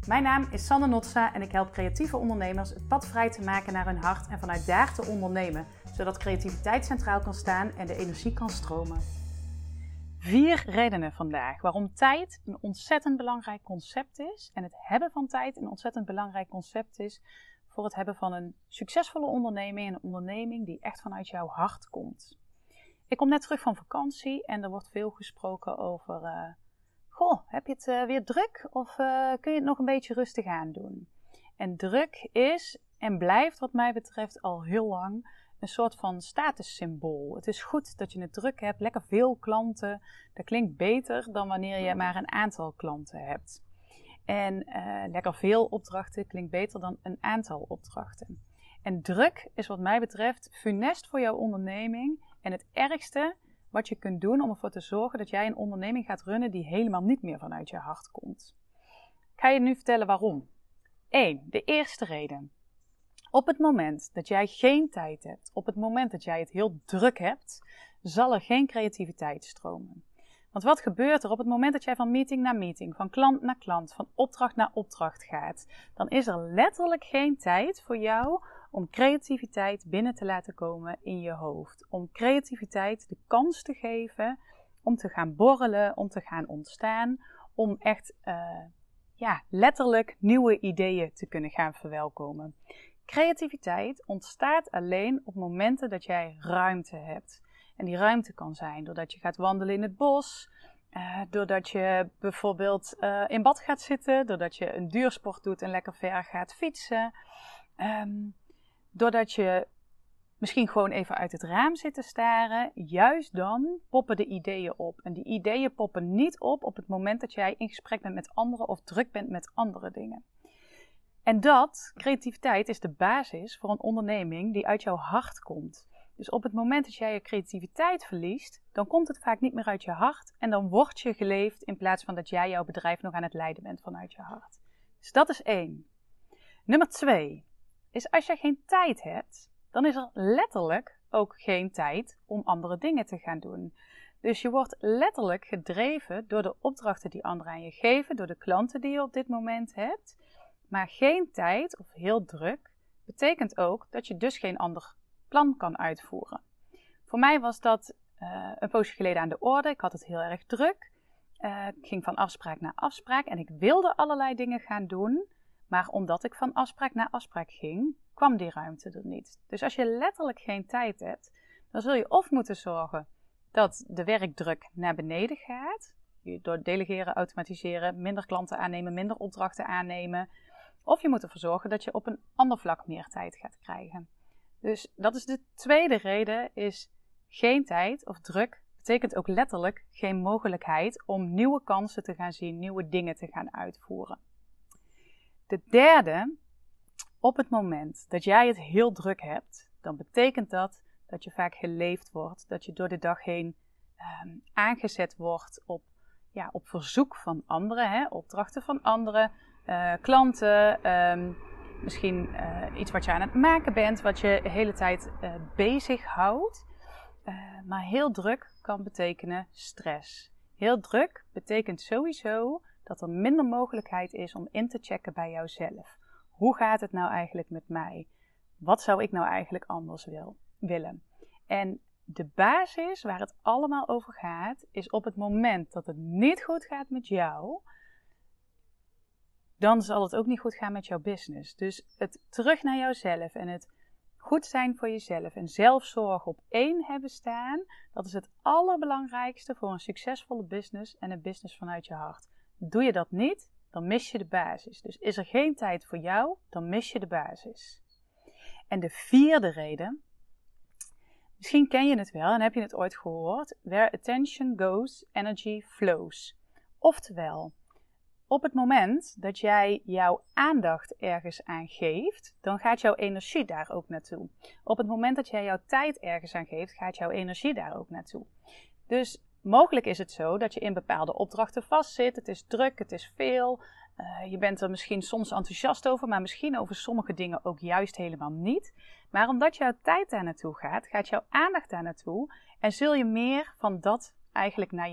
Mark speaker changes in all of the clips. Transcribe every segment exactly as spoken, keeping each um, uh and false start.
Speaker 1: Mijn naam is Sanne Notsa en ik help creatieve ondernemers het pad vrij te maken naar hun hart en vanuit daar te ondernemen, zodat creativiteit centraal kan staan en de energie kan stromen. Vier redenen vandaag waarom tijd een ontzettend belangrijk concept is en het hebben van tijd een ontzettend belangrijk concept is voor het hebben van een succesvolle onderneming en een onderneming die echt vanuit jouw hart komt. Ik kom net terug van vakantie en er wordt veel gesproken over... Uh, Goh, heb je het uh, weer druk of uh, kun je het nog een beetje rustig aan doen? En druk is en blijft wat mij betreft al heel lang een soort van statussymbool. Het is goed dat je het druk hebt, lekker veel klanten. Dat klinkt beter dan wanneer je maar een aantal klanten hebt. En uh, lekker veel opdrachten klinkt beter dan een aantal opdrachten. En druk is wat mij betreft funest voor jouw onderneming en het ergste wat je kunt doen om ervoor te zorgen dat jij een onderneming gaat runnen die helemaal niet meer vanuit je hart komt. Ik ga je nu vertellen waarom. Eén. De eerste reden. Op het moment dat jij geen tijd hebt, op het moment dat jij het heel druk hebt, zal er geen creativiteit stromen. Want wat gebeurt er op het moment dat jij van meeting naar meeting, van klant naar klant, van opdracht naar opdracht gaat? Dan is er letterlijk geen tijd voor jou om creativiteit binnen te laten komen in je hoofd. Om creativiteit de kans te geven om te gaan borrelen, om te gaan ontstaan. Om echt uh, ja, letterlijk nieuwe ideeën te kunnen gaan verwelkomen. Creativiteit ontstaat alleen op momenten dat jij ruimte hebt. En die ruimte kan zijn doordat je gaat wandelen in het bos. Uh, doordat je bijvoorbeeld uh, in bad gaat zitten. Doordat je een duursport doet en lekker ver gaat fietsen. Um, Doordat je misschien gewoon even uit het raam zit te staren, juist dan poppen de ideeën op. En die ideeën poppen niet op op het moment dat jij in gesprek bent met anderen of druk bent met andere dingen. En dat, creativiteit, is de basis voor een onderneming die uit jouw hart komt. Dus op het moment dat jij je creativiteit verliest, dan komt het vaak niet meer uit je hart en dan word je geleefd in plaats van dat jij jouw bedrijf nog aan het leiden bent vanuit je hart. Dus dat is één. Nummer twee. Is als je geen tijd hebt, dan is er letterlijk ook geen tijd om andere dingen te gaan doen. Dus je wordt letterlijk gedreven door de opdrachten die anderen aan je geven, door de klanten die je op dit moment hebt. Maar geen tijd of heel druk betekent ook dat je dus geen ander plan kan uitvoeren. Voor mij was dat uh, een poosje geleden aan de orde. Ik had het heel erg druk. Uh, ik ging van afspraak naar afspraak en ik wilde allerlei dingen gaan doen. Maar omdat ik van afspraak naar afspraak ging, kwam die ruimte er niet. Dus als je letterlijk geen tijd hebt, dan zul je of moeten zorgen dat de werkdruk naar beneden gaat. Door delegeren, automatiseren, minder klanten aannemen, minder opdrachten aannemen. Of je moet ervoor zorgen dat je op een ander vlak meer tijd gaat krijgen. Dus dat is de tweede reden, is geen tijd of druk betekent ook letterlijk geen mogelijkheid om nieuwe kansen te gaan zien, nieuwe dingen te gaan uitvoeren. De derde, op het moment dat jij het heel druk hebt, dan betekent dat dat je vaak geleefd wordt, dat je door de dag heen um, aangezet wordt op, ja, op verzoek van anderen, hè, opdrachten van anderen, uh, klanten, um, misschien uh, iets wat je aan het maken bent, wat je de hele tijd uh, bezig houdt. Uh, maar heel druk kan betekenen stress. Heel druk betekent sowieso dat er minder mogelijkheid is om in te checken bij jouzelf. Hoe gaat het nou eigenlijk met mij? Wat zou ik nou eigenlijk anders wil, willen? En de basis waar het allemaal over gaat, is op het moment dat het niet goed gaat met jou, dan zal het ook niet goed gaan met jouw business. Dus het terug naar jouzelf en het goed zijn voor jezelf en zelfzorg op één hebben staan, dat is het allerbelangrijkste voor een succesvolle business en een business vanuit je hart. Doe je dat niet, dan mis je de basis. Dus is er geen tijd voor jou, dan mis je de basis. En de vierde reden, misschien ken je het wel en heb je het ooit gehoord, where attention goes, energy flows. Oftewel, op het moment dat jij jouw aandacht ergens aan geeft, dan gaat jouw energie daar ook naartoe. Op het moment dat jij jouw tijd ergens aan geeft, gaat jouw energie daar ook naartoe. Dus mogelijk is het zo dat je in bepaalde opdrachten vastzit. Het is druk, het is veel. Uh, je bent er misschien soms enthousiast over, maar misschien over sommige dingen ook juist helemaal niet. Maar omdat jouw tijd daar naartoe gaat, gaat jouw aandacht daar naartoe en zul je meer van dat eigenlijk naar je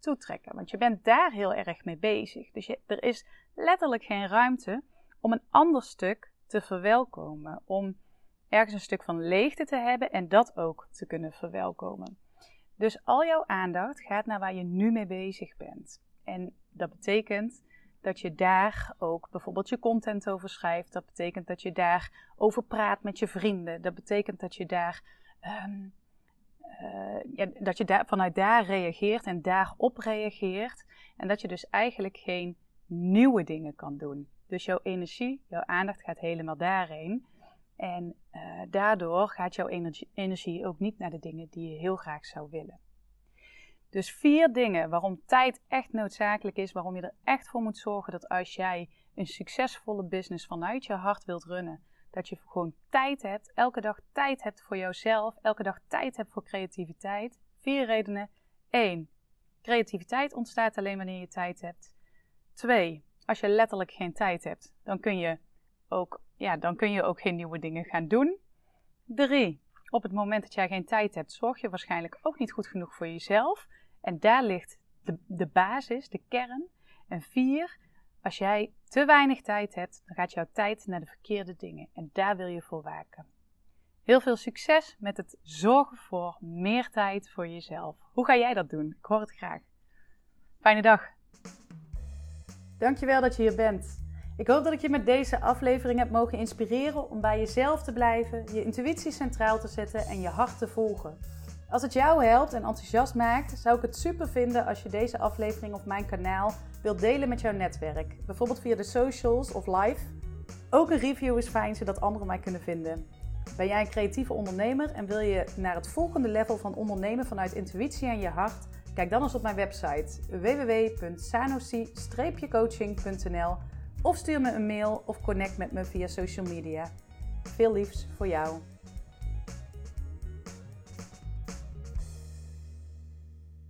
Speaker 1: toetrekken. Want je bent daar heel erg mee bezig. Dus je, er is letterlijk geen ruimte om een ander stuk te verwelkomen. Om ergens een stuk van leegte te hebben en dat ook te kunnen verwelkomen. Dus al jouw aandacht gaat naar waar je nu mee bezig bent. En dat betekent dat je daar ook bijvoorbeeld je content over schrijft. Dat betekent dat je daar over praat met je vrienden. Dat betekent dat je daar, um, uh, ja, dat je daar vanuit daar reageert en daarop reageert. En dat je dus eigenlijk geen nieuwe dingen kan doen. Dus jouw energie, jouw aandacht gaat helemaal daarheen. En uh, daardoor gaat jouw energie, energie ook niet naar de dingen die je heel graag zou willen. Dus vier dingen waarom tijd echt noodzakelijk is, waarom je er echt voor moet zorgen dat als jij een succesvolle business vanuit je hart wilt runnen, dat je gewoon tijd hebt, elke dag tijd hebt voor jouzelf, elke dag tijd hebt voor creativiteit. Vier redenen. Eén, creativiteit ontstaat alleen wanneer je tijd hebt. Twee, als je letterlijk geen tijd hebt, dan kun je ook, ja, dan kun je ook geen nieuwe dingen gaan doen. Drie, op het moment dat jij geen tijd hebt, zorg je waarschijnlijk ook niet goed genoeg voor jezelf. En daar ligt de, de basis, de kern. En vier, als jij te weinig tijd hebt, dan gaat jouw tijd naar de verkeerde dingen. En daar wil je voor waken. Heel veel succes met het zorgen voor meer tijd voor jezelf. Hoe ga jij dat doen? Ik hoor het graag. Fijne dag. Dankjewel dat je hier bent. Ik hoop dat ik je met deze aflevering heb mogen inspireren om bij jezelf te blijven, je intuïtie centraal te zetten en je hart te volgen. Als het jou helpt en enthousiast maakt, zou ik het super vinden als je deze aflevering op mijn kanaal wilt delen met jouw netwerk. Bijvoorbeeld via de socials of live. Ook een review is fijn, zodat anderen mij kunnen vinden. Ben jij een creatieve ondernemer en wil je naar het volgende level van ondernemen vanuit intuïtie en je hart? Kijk dan eens op mijn website w w w punt sanosi dash coaching punt n l of stuur me een mail of connect met me via social media. Veel liefs voor jou.